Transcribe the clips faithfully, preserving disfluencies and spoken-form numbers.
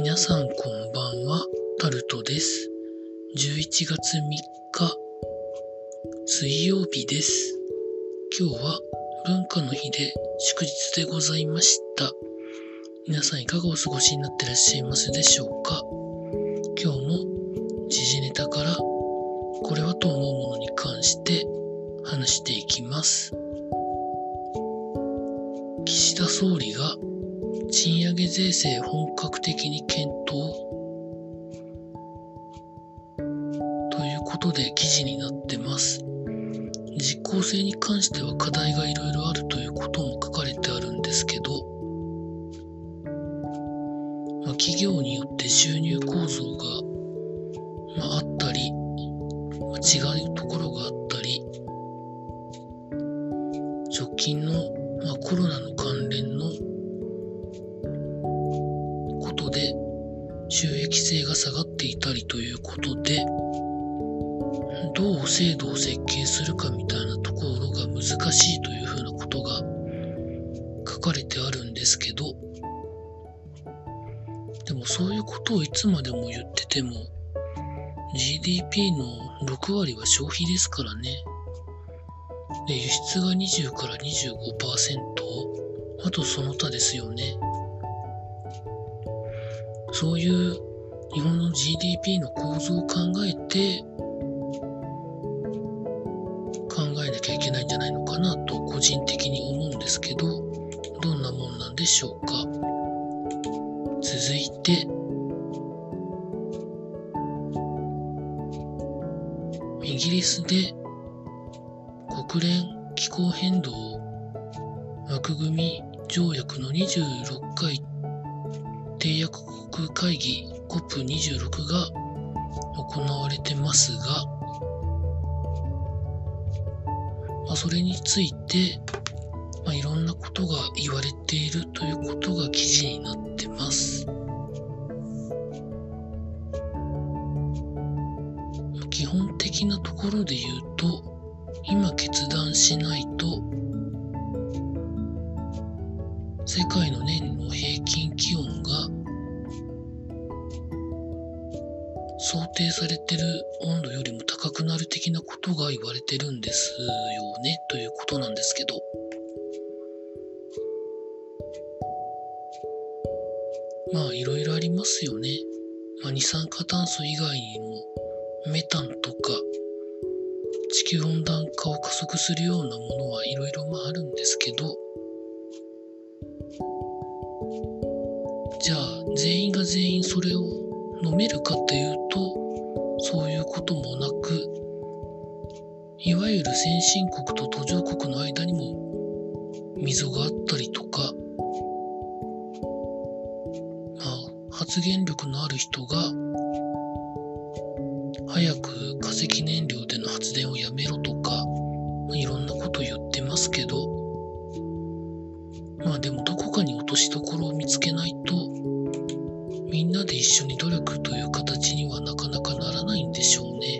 皆さんこんばんは、タルトです。じゅういちがつみっか、水曜日です。今日は文化の日で祝日でございました。皆さんいかがお過ごしになっていらっしゃいますでしょうか。今日も時事ネタからこれはと思うものに関して話していきます。岸田総理が賃上げ税制本格的に検討ということで記事になってます。実効性に関しては課題がいろいろあるということも書かれてあるんですけど、まあ、企業によって収入構造が、まあ、あったり、まあ、違うところがあったり、直近の、まあ、コロナの関連のことで収益性が下がっていたりということで、どう制度を設計するかみたいなところが難しいというふうなことが書かれてあるんですけど、でもそういうことをいつまでも言ってても ジーディーピー のろくわりは消費ですからね。で、輸出がにじゅうからにじゅうごパーセント、あとその他ですよね。そういう日本の ジーディーピー の構造を考えて考えなきゃいけないんじゃないのかなと個人的に思うんですけど、どんなもんなんでしょうか。続いてイギリスで国連気候変動枠組み条約のにじゅうろっかい締約国会議 コップにじゅうろく が行われてますが、まあ、それについて、まあ、いろんなことが言われているということが記事になってます。基本的なところで言うと、今決断しないと世界の年の平均気温が想定されている温度よりも高くなる的なことが言われてるんですよねということなんですけど、まあいろいろありますよね。まあ、二酸化炭素以外にもメタンとか地球温暖化を加速するようなものはいろいろまああるんですけど、じゃあ全員が全員それを飲めるかっていうと、そういうこともなく、いわゆる先進国と途上国の間にも溝があったりとか、まあ、発言力のある人が早く化石燃料での発電をやめろとか、まあ、いろんなこと言ってますけど、まあでもどこかに落としどころを見つけないと、みんなで一緒に努力という形にはなかなかならないんでしょうね。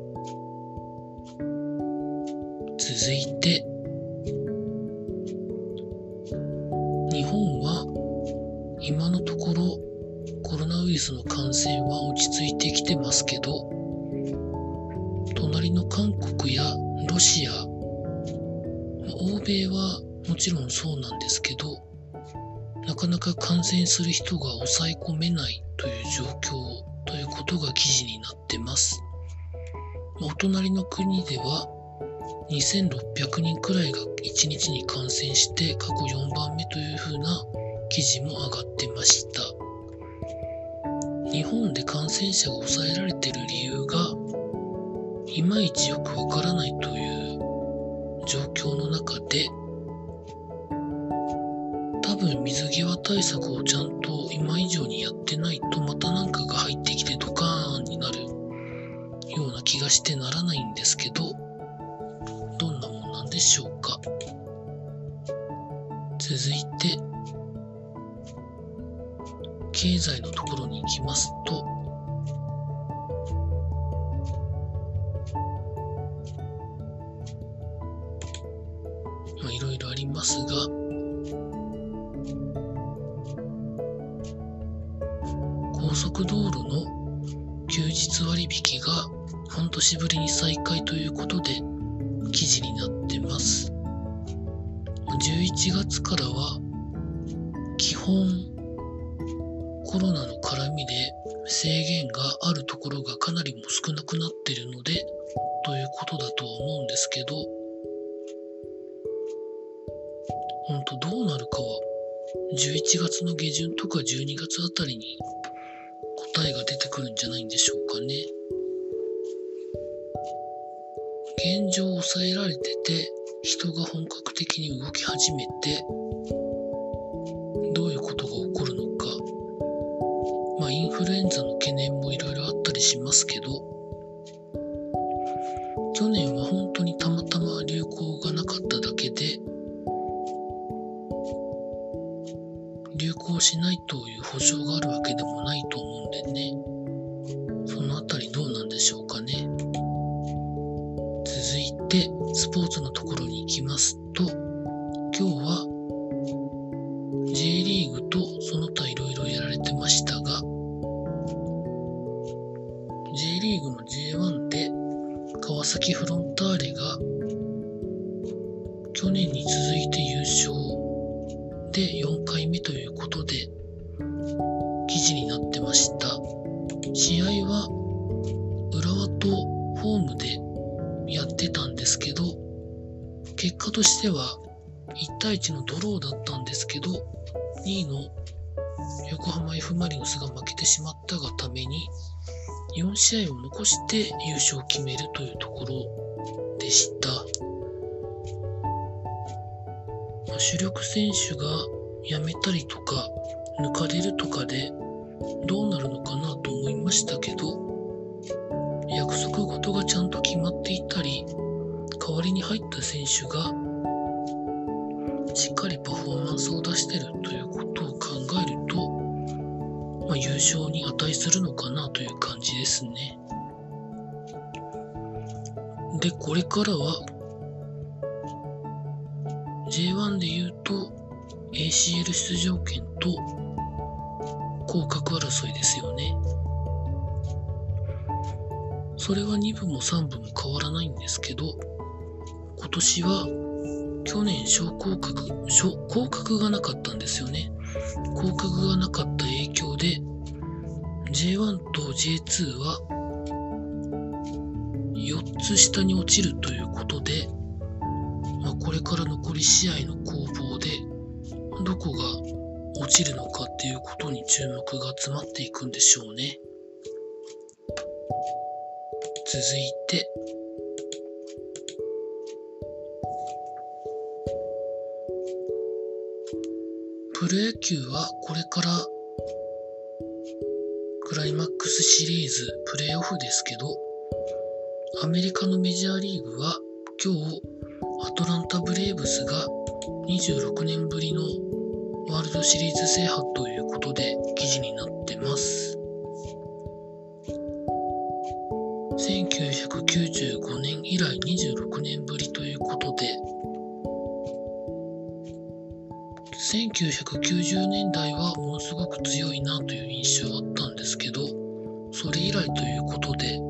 続いて、日本は今のところコロナウイルスの感染は落ち着いてきてますけど、隣の韓国やロシア、欧米はもちろんそうなんですけど、なかなか感染する人が抑え込めないという状況ということが記事になってます。お隣の国ではにせんろっぴゃくにんくらいがいちにちに感染して過去よんばんめというふうな記事も上がってました。日本で感染者が抑えられている理由がいまいちよくわからないという状況の中で、多分水際対策をちゃんと今以上にやってないと、またなんかが入ってきてドカーンになるような気がしてならないんですけど、どんなもんなんでしょうか。続いて経済のところに行きますと、まあいろいろありますが、 速道路の休日割引が半年ぶりに再開ということで記事になってます。じゅういちがつからは基本コロナの絡みで制限があるところがかなりも少なくなっているのでということだとは思うんですけど、本当どうなるかはじゅういちがつの下旬とかじゅうにがつあたりに答えが出てくるんじゃないんでしょうかね。現状抑えられてて人が本格的に動き始めてどういうことが起こるのか、まあインフルエンザの懸念もいろいろあったりしますけど、去年は本当にたまたま流行がなかっただけで流行しないという保証があるわけでもないと思うんでね、そのあたりどうなんでしょうかね。続いてスポーツのところに行きますと、今日は J リーグとその他いろいろやられてましたが、 J リーグの ジェイワン で川崎フロンターレが去年に続いて優勝でよんかいめということで記事になってました。試合は浦和とホームでやってたんですけど、結果としてはいちたいいちのドローだったんですけど、にいの横浜 F マリノスが負けてしまったがためによんしあいを残して優勝を決めるというところでした。まあ、主力選手が辞めたりとか抜かれるとかでどうなるのかなと思いましたけど、約束事がちゃんと決まっていたり、代わりに入った選手がしっかりパフォーマンスを出しているということを考えると、まあ、優勝に値するのかなという感じですね。で、これからは ジェイワン で言うと エーシーエル 出場権と降格争いですよね。それはにぶもさんぶも変わらないんですけど、今年は去年昇降格、昇降格がなかったんですよね。降格がなかった影響で ジェイワン と ジェイツー はよっつ下に落ちるということで、まあ、これから残り試合の攻防でどこが落ちるのかっていうことに注目が集まっていくんでしょうね。続いてプロ野球はこれからクライマックスシリーズプレーオフですけど、アメリカのメジャーリーグは今日アトランタブレーブスがにじゅうろくねんぶりのワールドシリーズ制覇ということで記事になってます。せんきゅうひゃくきゅうじゅうごねん以来にじゅうろくねんぶりということで、せんきゅうひゃくきゅうじゅうねんだいはものすごく強いなという印象はあったんですけど、それ以来ということで、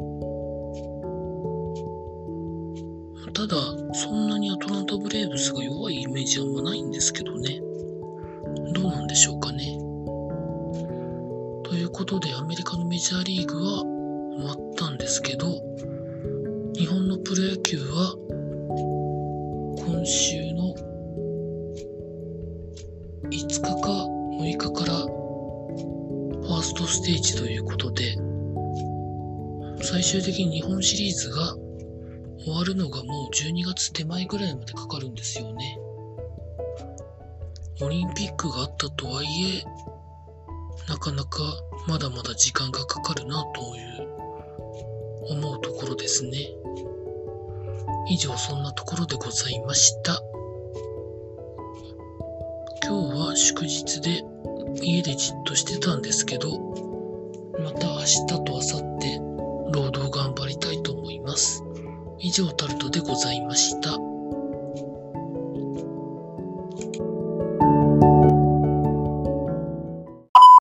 ただそんなにアトランタブレーブスが弱いイメージはあんまないんですけどね、どうなんでしょうかね。ということでアメリカのメジャーリーグは終わったんですけど、日本のプロ野球は今週のいつかかむいかからファーストステージということで、最終的に日本シリーズが終わるのがもうじゅうにがつ手前ぐらいまでかかるんですよね。オリンピックがあったとはいえ、なかなかまだまだ時間がかかるなという思うところですね。以上そんなところでございました。今日は祝日で家でじっとしてたんですけど、また明日と明後日労働頑張りたいと思います。以上タルトでございました。